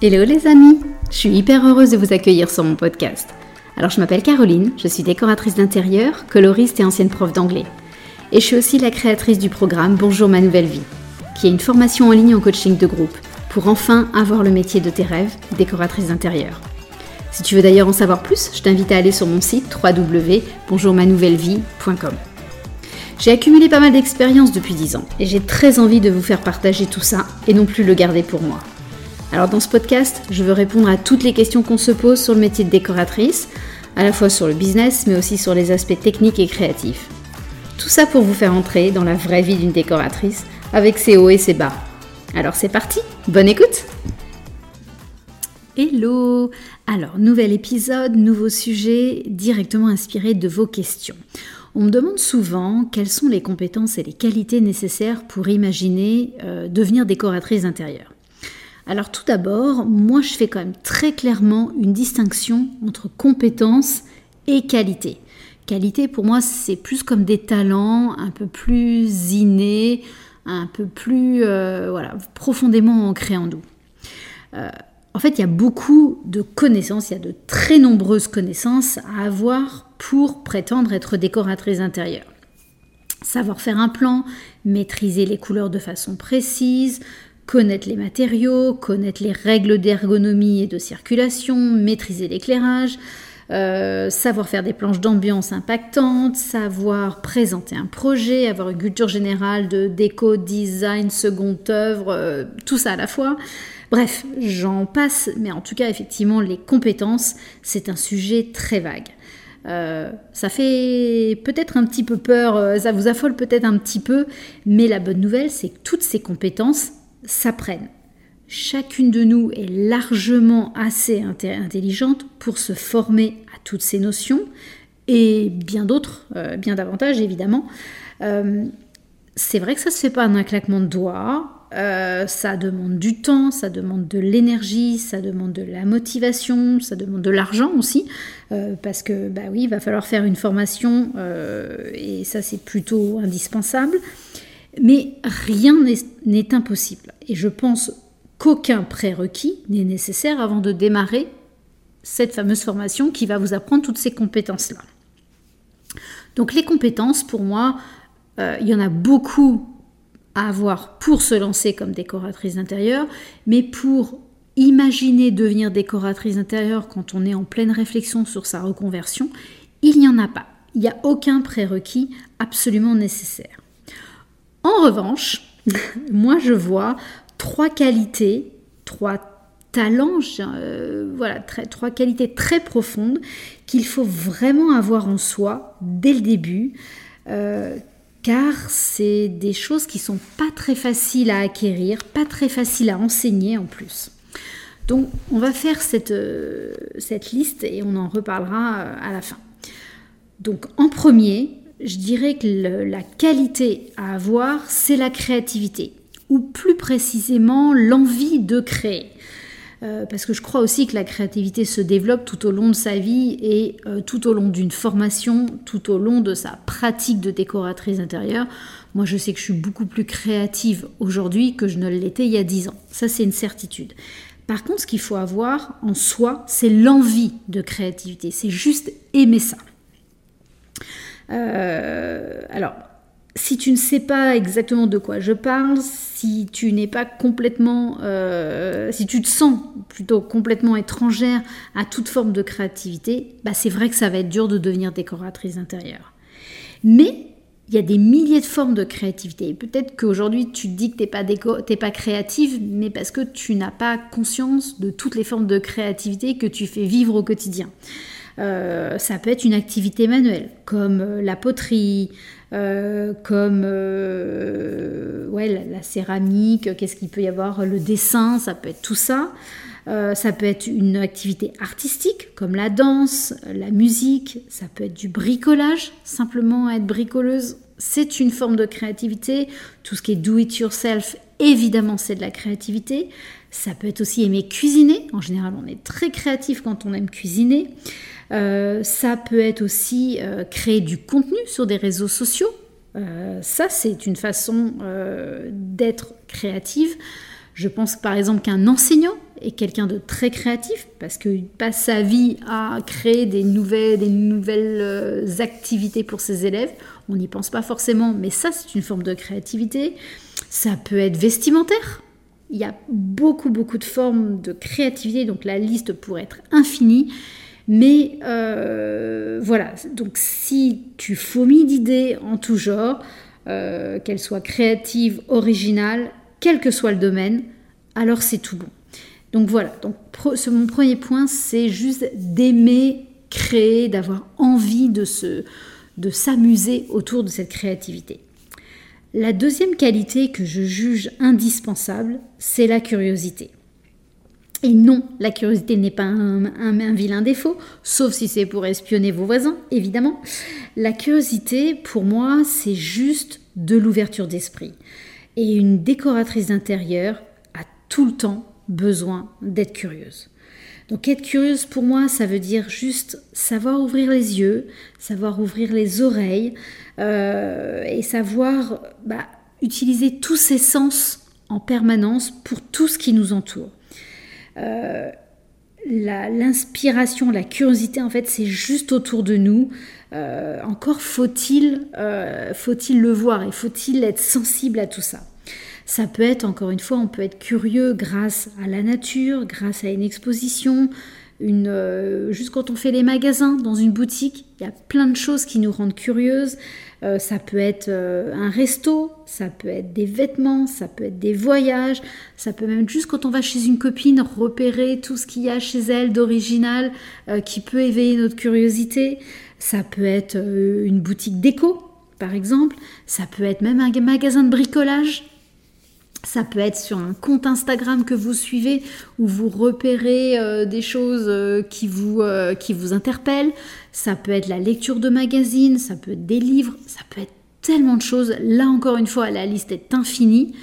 Hello les amis, je suis hyper heureuse de vous accueillir sur mon podcast. Alors je m'appelle Caroline, je suis décoratrice d'intérieur, coloriste et ancienne prof d'anglais. Et je suis aussi la créatrice du programme Bonjour ma nouvelle vie, qui est une formation en ligne en coaching de groupe pour enfin avoir le métier de tes rêves, décoratrice d'intérieur. Si tu veux d'ailleurs en savoir plus, je t'invite à aller sur mon site www.bonjourmanouvelleVie.com. J'ai accumulé pas mal d'expériences depuis 10 ans et j'ai très envie de vous faire partager tout ça et non plus le garder pour moi. Alors dans ce podcast, je veux répondre à toutes les questions qu'on se pose sur le métier de décoratrice, à la fois sur le business mais aussi sur les aspects techniques et créatifs. Tout ça pour vous faire entrer dans la vraie vie d'une décoratrice avec ses hauts et ses bas. Alors c'est parti, bonne écoute! Hello! Alors, nouvel épisode, nouveau sujet, directement inspiré de vos questions. On me demande souvent quelles sont les compétences et les qualités nécessaires pour imaginer devenir décoratrice d'intérieur. Alors tout d'abord, moi je fais quand même très clairement une distinction entre compétences et qualité. Qualité pour moi c'est plus comme des talents un peu plus innés, un peu plus profondément ancrés en nous. En fait, il y a beaucoup de connaissances, il y a de très nombreuses connaissances à avoir pour prétendre être décoratrice d'intérieur. Savoir faire un plan, maîtriser les couleurs de façon précise, connaître les matériaux, connaître les règles d'ergonomie et de circulation, maîtriser l'éclairage, savoir faire des planches d'ambiance impactantes, savoir présenter un projet, avoir une culture générale de déco, design, seconde œuvre, tout ça à la fois. Bref, j'en passe, mais en tout cas, effectivement, les compétences, c'est un sujet très vague. Ça fait peut-être un petit peu peur, ça vous affole peut-être un petit peu, mais la bonne nouvelle, c'est que toutes ces compétences s'apprennent. Chacune de nous est largement assez intelligente pour se former à toutes ces notions et bien d'autres, bien davantage évidemment. C'est vrai que ça ne se fait pas en un claquement de doigts, ça demande du temps, ça demande de l'énergie, ça demande de la motivation, ça demande de l'argent aussi, parce que il va falloir faire une formation et ça c'est plutôt indispensable. Mais rien n'est impossible et je pense qu'aucun prérequis n'est nécessaire avant de démarrer cette fameuse formation qui va vous apprendre toutes ces compétences-là. Donc les compétences, pour moi, il y en a beaucoup à avoir pour se lancer comme décoratrice d'intérieur, mais pour imaginer devenir décoratrice d'intérieur quand on est en pleine réflexion sur sa reconversion, il n'y en a pas. Il n'y a aucun prérequis absolument nécessaire. En revanche, moi je vois 3 qualités, 3 talents, 3 qualités très profondes qu'il faut vraiment avoir en soi dès le début, car c'est des choses qui sont pas très faciles à acquérir, pas très faciles à enseigner en plus. Donc on va faire cette liste et on en reparlera à la fin. Donc en premier, je dirais que la qualité à avoir, c'est la créativité, ou plus précisément l'envie de créer. Parce que je crois aussi que la créativité se développe tout au long de sa vie et tout au long d'une formation, tout au long de sa pratique de décoratrice d'intérieur. Moi, je sais que je suis beaucoup plus créative aujourd'hui que je ne l'étais il y a 10 ans. Ça, c'est une certitude. Par contre, ce qu'il faut avoir en soi, c'est l'envie de créativité. C'est juste aimer ça. Alors, si tu ne sais pas exactement de quoi je parle, si tu n'es pas complètement, si tu te sens plutôt complètement étrangère à toute forme de créativité, c'est vrai que ça va être dur de devenir décoratrice d'intérieur. Mais il y a des milliers de formes de créativité. Et peut-être qu'aujourd'hui tu te dis que t'es pas créative, mais parce que tu n'as pas conscience de toutes les formes de créativité que tu fais vivre au quotidien. Ça peut être une activité manuelle, comme la poterie, comme la céramique, qu'est-ce qu'il peut y avoir, le dessin, ça peut être tout ça. Ça peut être une activité artistique, comme la danse, la musique, ça peut être du bricolage, simplement être bricoleuse, c'est une forme de créativité. Tout ce qui est do it yourself, évidemment, c'est de la créativité. Ça peut être aussi aimer cuisiner, en général on est très créatif quand on aime cuisiner. Ça peut être aussi créer du contenu sur des réseaux sociaux. Ça, c'est une façon d'être créative. Je pense par exemple qu'un enseignant est quelqu'un de très créatif parce qu'il passe sa vie à créer des nouvelles activités pour ses élèves. On n'y pense pas forcément, mais ça, c'est une forme de créativité. Ça peut être vestimentaire. Il y a beaucoup de formes de créativité, donc la liste pourrait être infinie. Mais voilà, donc si tu fourmilles d'idées en tout genre, qu'elles soient créatives, originales, quel que soit le domaine, alors c'est tout bon. Donc voilà, donc mon premier point, c'est juste d'aimer créer, d'avoir envie de s'amuser autour de cette créativité. La deuxième qualité que je juge indispensable, c'est la curiosité. Et non, la curiosité n'est pas un vilain défaut, sauf si c'est pour espionner vos voisins, évidemment. La curiosité, pour moi, c'est juste de l'ouverture d'esprit. Et une décoratrice d'intérieur a tout le temps besoin d'être curieuse. Donc être curieuse, pour moi, ça veut dire juste savoir ouvrir les yeux, savoir ouvrir les oreilles et savoir utiliser tous ses sens en permanence pour tout ce qui nous entoure. L'inspiration, la curiosité, en fait, c'est juste autour de nous. Encore faut-il le voir et faut-il être sensible à tout ça. Ça peut être, encore une fois, on peut être curieux grâce à la nature, grâce à une exposition, juste quand on fait les magasins dans une boutique, il y a plein de choses qui nous rendent curieuses. Ça peut être un resto, ça peut être des vêtements, ça peut être des voyages, ça peut même juste quand on va chez une copine repérer tout ce qu'il y a chez elle d'original qui peut éveiller notre curiosité. Ça peut être une boutique déco, par exemple. Ça peut être même un magasin de bricolage. Ça peut être sur un compte Instagram que vous suivez où vous repérez des choses qui vous interpellent. Ça peut être la lecture de magazines, ça peut être des livres, ça peut être tellement de choses. Là, encore une fois, la liste est infinie.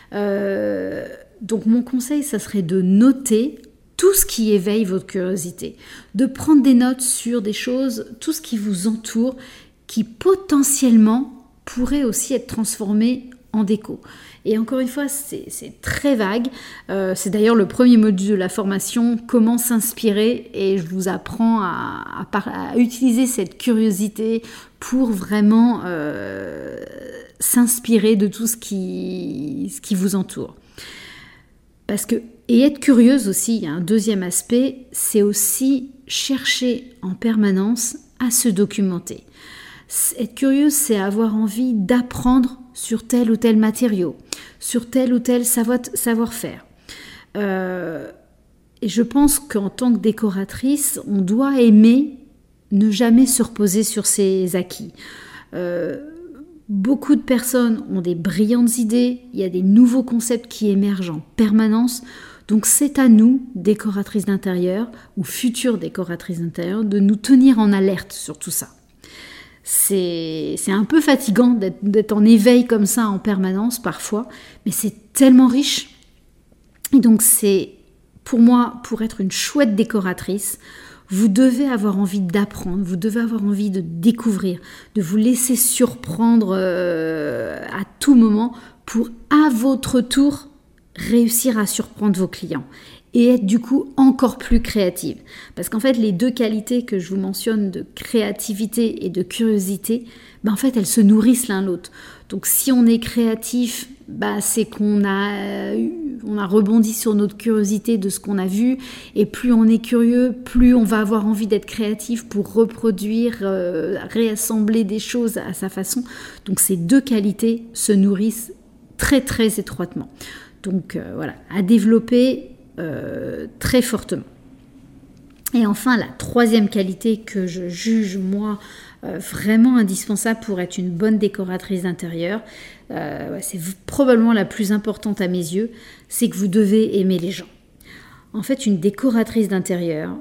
Donc mon conseil, ça serait de noter tout ce qui éveille votre curiosité. De prendre des notes sur des choses, tout ce qui vous entoure, qui potentiellement pourrait aussi être transformé en déco. Et encore une fois, c'est très vague. C'est d'ailleurs le premier module de la formation, comment s'inspirer, et je vous apprends à utiliser cette curiosité pour vraiment s'inspirer de tout ce qui vous entoure. Et être curieuse aussi, il y a un deuxième aspect, c'est aussi chercher en permanence à se documenter. Être curieuse, c'est avoir envie d'apprendre sur tel ou tel matériau, sur tel ou tel savoir-faire. Et je pense qu'en tant que décoratrice, on doit aimer ne jamais se reposer sur ses acquis. Beaucoup de personnes ont des brillantes idées, il y a des nouveaux concepts qui émergent en permanence. Donc c'est à nous, décoratrices d'intérieur ou futures décoratrices d'intérieur, de nous tenir en alerte sur tout ça. C'est un peu fatigant d'être en éveil comme ça en permanence parfois, mais c'est tellement riche. Et donc c'est, pour moi, pour être une chouette décoratrice, vous devez avoir envie d'apprendre, vous devez avoir envie de découvrir, de vous laisser surprendre à tout moment pour, à votre tour, réussir à surprendre vos clients et être du coup encore plus créative. Parce qu'en fait, les deux qualités que je vous mentionne de créativité et de curiosité, en fait, elles se nourrissent l'un l'autre. Donc si on est créatif, c'est qu'on a rebondi sur notre curiosité de ce qu'on a vu, et plus on est curieux, plus on va avoir envie d'être créatif pour reproduire, réassembler des choses à sa façon. Donc ces deux qualités se nourrissent très très étroitement. Donc voilà, à développer très fortement. Et enfin, la troisième qualité que je juge, moi, vraiment indispensable pour être une bonne décoratrice d'intérieur, c'est probablement la plus importante à mes yeux, c'est que vous devez aimer les gens. En fait, une décoratrice d'intérieur,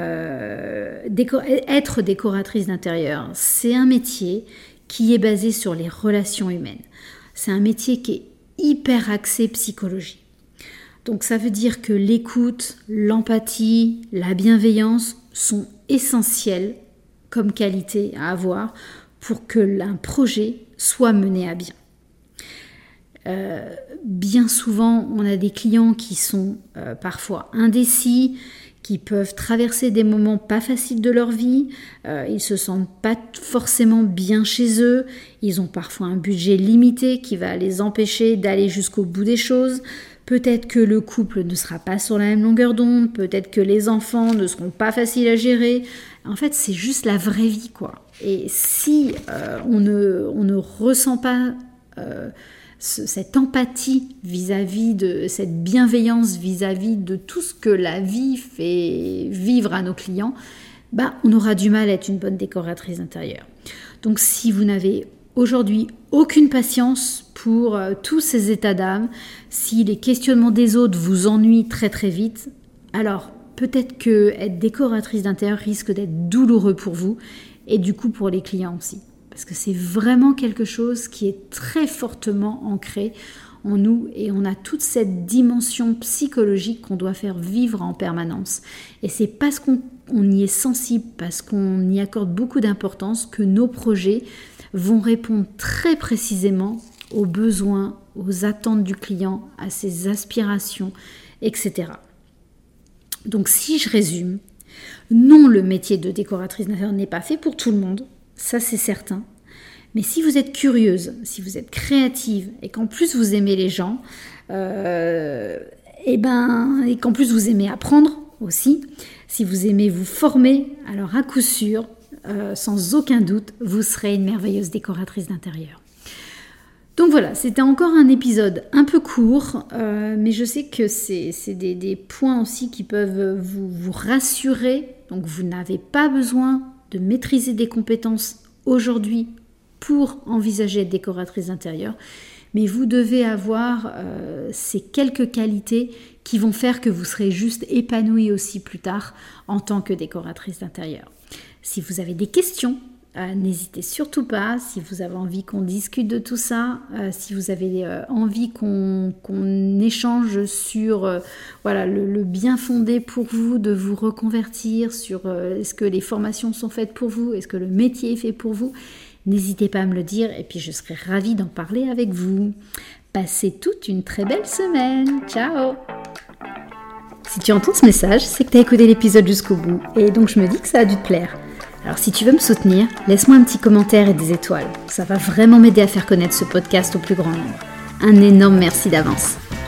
être décoratrice d'intérieur, c'est un métier qui est basé sur les relations humaines. C'est un métier qui est hyper axé psychologie. Donc ça veut dire que l'écoute, l'empathie, la bienveillance sont essentielles comme qualité à avoir pour que un projet soit mené à bien. Bien souvent, on a des clients qui sont parfois indécis, qui peuvent traverser des moments pas faciles de leur vie, ils se sentent pas forcément bien chez eux, ils ont parfois un budget limité qui va les empêcher d'aller jusqu'au bout des choses, peut-être que le couple ne sera pas sur la même longueur d'onde, peut-être que les enfants ne seront pas faciles à gérer. En fait, c'est juste la vraie vie, quoi. Et si on ne ressent pas cette empathie vis-à-vis de cette bienveillance vis-à-vis de tout ce que la vie fait vivre à nos clients, on aura du mal à être une bonne décoratrice d'intérieur. Donc si vous n'avez aujourd'hui aucune patience pour tous ces états d'âme, si les questionnements des autres vous ennuient très très vite, alors peut-être que être décoratrice d'intérieur risque d'être douloureux pour vous et du coup pour les clients aussi. Parce que c'est vraiment quelque chose qui est très fortement ancré en nous et on a toute cette dimension psychologique qu'on doit faire vivre en permanence. Et c'est parce qu'on y est sensible, parce qu'on y accorde beaucoup d'importance que nos projets vont répondre très précisément aux besoins, aux attentes du client, à ses aspirations, etc. Donc si je résume, non, le métier de décoratrice d'intérieur n'est pas fait pour tout le monde. Ça, c'est certain. Mais si vous êtes curieuse, si vous êtes créative et qu'en plus vous aimez les gens, et qu'en plus vous aimez apprendre aussi, si vous aimez vous former, alors à coup sûr, sans aucun doute, vous serez une merveilleuse décoratrice d'intérieur. Donc voilà, c'était encore un épisode un peu court, mais je sais que c'est des points aussi qui peuvent vous rassurer. Donc vous n'avez pas besoin de maîtriser des compétences aujourd'hui pour envisager être décoratrice d'intérieur, mais vous devez avoir ces quelques qualités qui vont faire que vous serez juste épanouie aussi plus tard en tant que décoratrice d'intérieur. Si vous avez des questions, n'hésitez surtout pas. Si vous avez envie qu'on discute de tout ça, si vous avez envie qu'on échange sur le bien fondé pour vous de vous reconvertir, sur est-ce que les formations sont faites pour vous, est-ce que le métier est fait pour vous, n'hésitez pas à me le dire et puis je serai ravie d'en parler avec vous. Passez toute une très belle semaine. Ciao! Si tu entends ce message, c'est que tu as écouté l'épisode jusqu'au bout et donc je me dis que ça a dû te plaire. Alors si tu veux me soutenir, laisse-moi un petit commentaire et des étoiles. Ça va vraiment m'aider à faire connaître ce podcast au plus grand nombre. Un énorme merci d'avance.